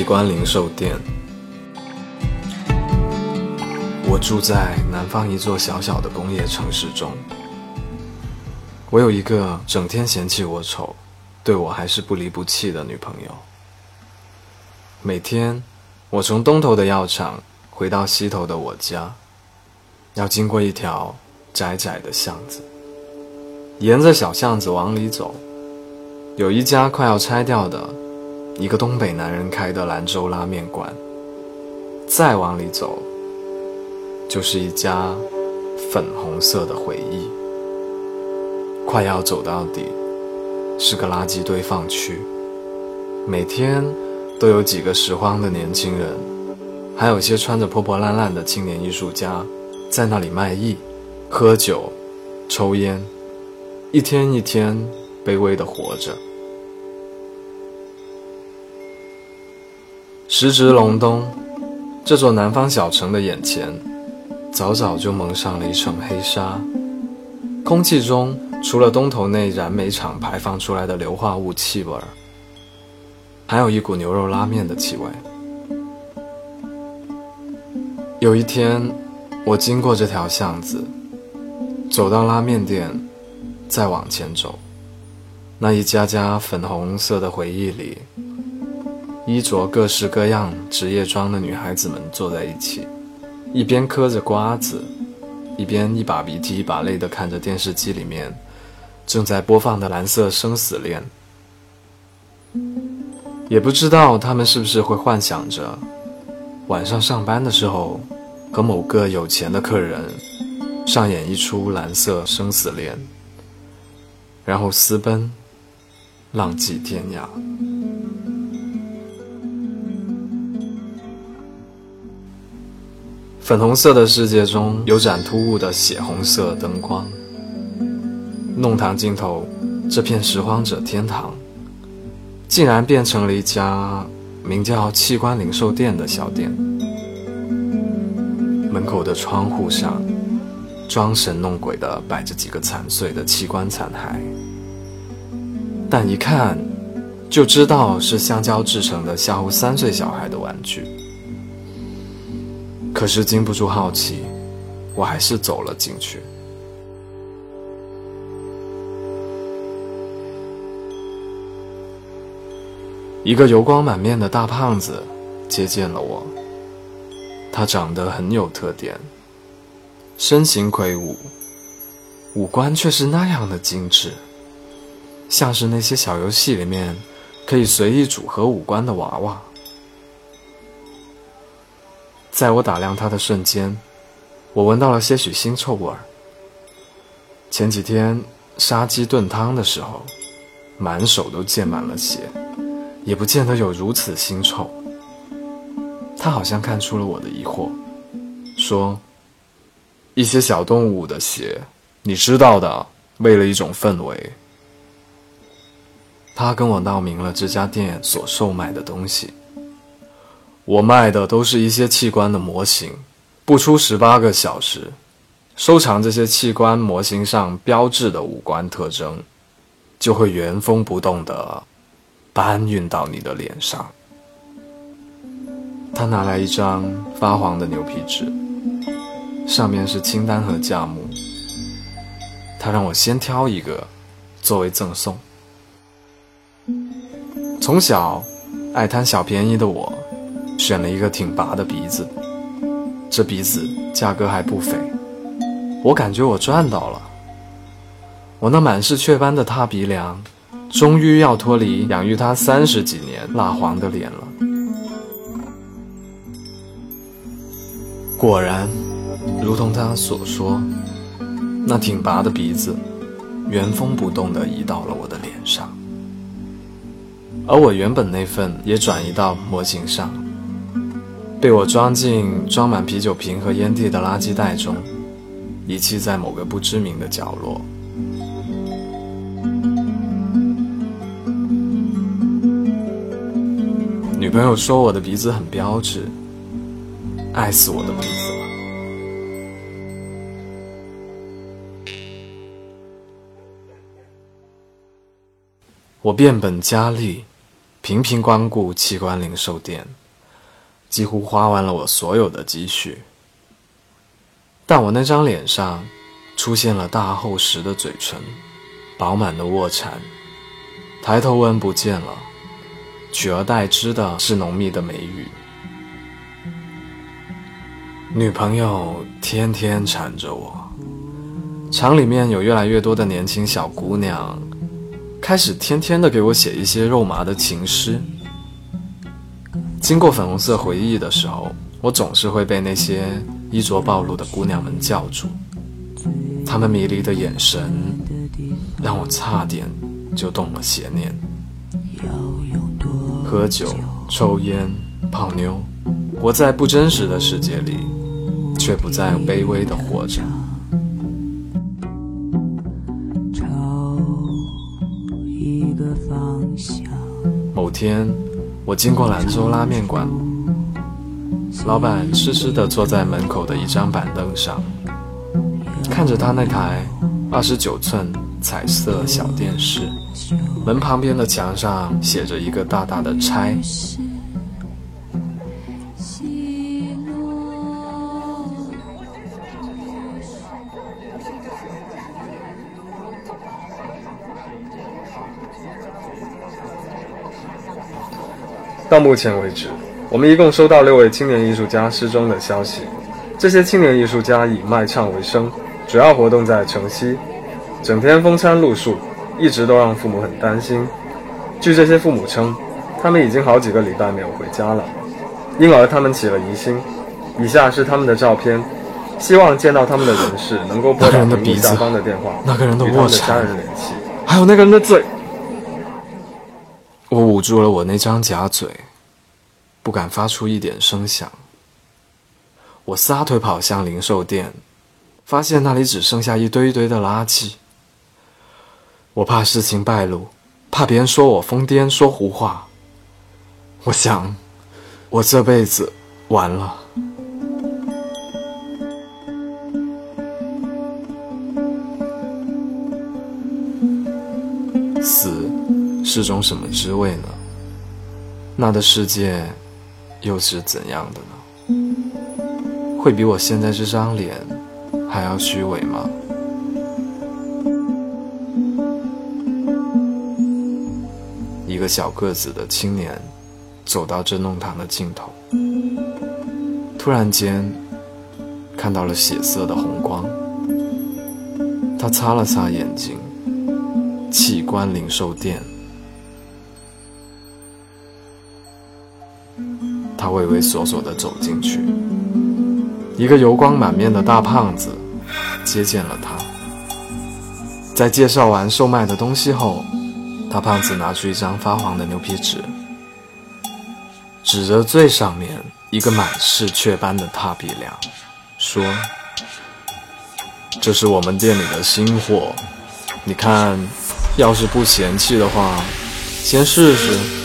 官零售店。我住在南方一座小小的工业城市中，我有一个整天嫌弃我丑，对我还是不离不弃的女朋友。每天我从东头的药厂回到西头的我家，要经过一条窄窄的巷子，沿着小巷子往里走，有一家快要拆掉的一个东北男人开的兰州拉面馆，再往里走就是一家粉红色的回忆，快要走到底是个垃圾堆放区，每天都有几个拾荒的年轻人，还有些穿着破破烂烂的青年艺术家在那里卖艺、喝酒、抽烟，一天一天卑微地活着。时值隆冬，这座南方小城的眼前早早就蒙上了一层黑纱，空气中除了东头内燃煤厂排放出来的硫化物气味，还有一股牛肉拉面的气味。有一天我经过这条巷子，走到拉面店，再往前走，那一家家粉红色的回忆里，衣着各式各样职业装的女孩子们坐在一起，一边嗑着瓜子，一边一把鼻涕一把泪地看着电视机里面正在播放的蓝色生死恋。也不知道他们是不是会幻想着晚上上班的时候和某个有钱的客人上演一出蓝色生死恋，然后私奔浪迹天涯。粉红色的世界中有盏突兀的血红色灯光，弄堂尽头这片拾荒者天堂竟然变成了一家名叫器官零售店的小店，门口的窗户上装神弄鬼地摆着几个残碎的器官残骸，但一看就知道是橡胶制成的吓唬3岁小孩的玩具。可是经不住好奇，我还是走了进去。一个油光满面的大胖子接见了我，他长得很有特点，身形魁梧，五官却是那样的精致，像是那些小游戏里面可以随意组合五官的娃娃。在我打量他的瞬间，我闻到了些许腥臭味儿。前几天杀鸡炖汤的时候，满手都溅满了血，也不见得有如此腥臭。他好像看出了我的疑惑，说：一些小动物的血，你知道的，为了一种氛围。他跟我闹明了这家店所售卖的东西。我卖的都是一些器官的模型，不出18个小时，收藏这些器官模型上标志的五官特征，就会原封不动地搬运到你的脸上。他拿来一张发黄的牛皮纸，上面是清单和价目，他让我先挑一个作为赠送。从小爱贪小便宜的我选了一个挺拔的鼻子，这鼻子价格还不菲，我感觉我赚到了。我那满是雀斑的塌鼻梁终于要脱离养育它30几年蜡黄的脸了。果然如同他所说，那挺拔的鼻子原封不动地移到了我的脸上，而我原本那份也转移到模型上，被我装进装满啤酒瓶和烟蒂的垃圾袋中，遗弃在某个不知名的角落。女朋友说我的鼻子很标致，爱死我的鼻子了。我变本加厉， 频频光顾器官零售店，几乎花完了我所有的积蓄。但我那张脸上出现了大厚实的嘴唇，饱满的卧蚕，抬头纹不见了，取而代之的是浓密的眉宇。女朋友天天缠着我，厂里面有越来越多的年轻小姑娘开始天天的给我写一些肉麻的情诗。经过粉红色回忆的时候，我总是会被那些衣着暴露的姑娘们叫住，她们迷离的眼神让我差点就动了邪念。喝酒、抽烟、泡妞，活在不真实的世界里，却不再卑微的活着。某天我经过兰州拉面馆，老板痴痴地坐在门口的一张板凳上，看着他那台29寸彩色小电视，门旁边的墙上写着一个大大的拆。 到目前为止，我们一共收到6位青年艺术家失踪的消息。这些青年艺术家以卖唱为生，主要活动在城西，整天风餐露宿，一直都让父母很担心。据这些父母称，他们已经好几个礼拜没有回家了，因而他们起了疑心。以下是他们的照片，希望见到他们的人士能够拨打屏幕下方的电话， 那个人的与他们的家人联系。 还有那个人的嘴。我捂住了我那张假嘴，不敢发出一点声响。我撒腿跑向零售店，发现那里只剩下一堆一堆的垃圾。我怕事情败露，怕别人说我疯癫说胡话。我想，我这辈子完了。死是种什么滋味呢？那的世界又是怎样的呢？会比我现在这张脸还要虚伪吗？一个小个子的青年走到这弄堂的尽头，突然间看到了血色的红光。他擦了擦眼睛，器官零售店。他畏畏缩缩地走进去，一个油光满面的大胖子接见了他。在介绍完售卖的东西后，大胖子拿出一张发黄的牛皮纸，指着最上面一个满是雀斑的踏鼻梁，说：“这是我们店里的新货，你看，要是不嫌弃的话，先试试。”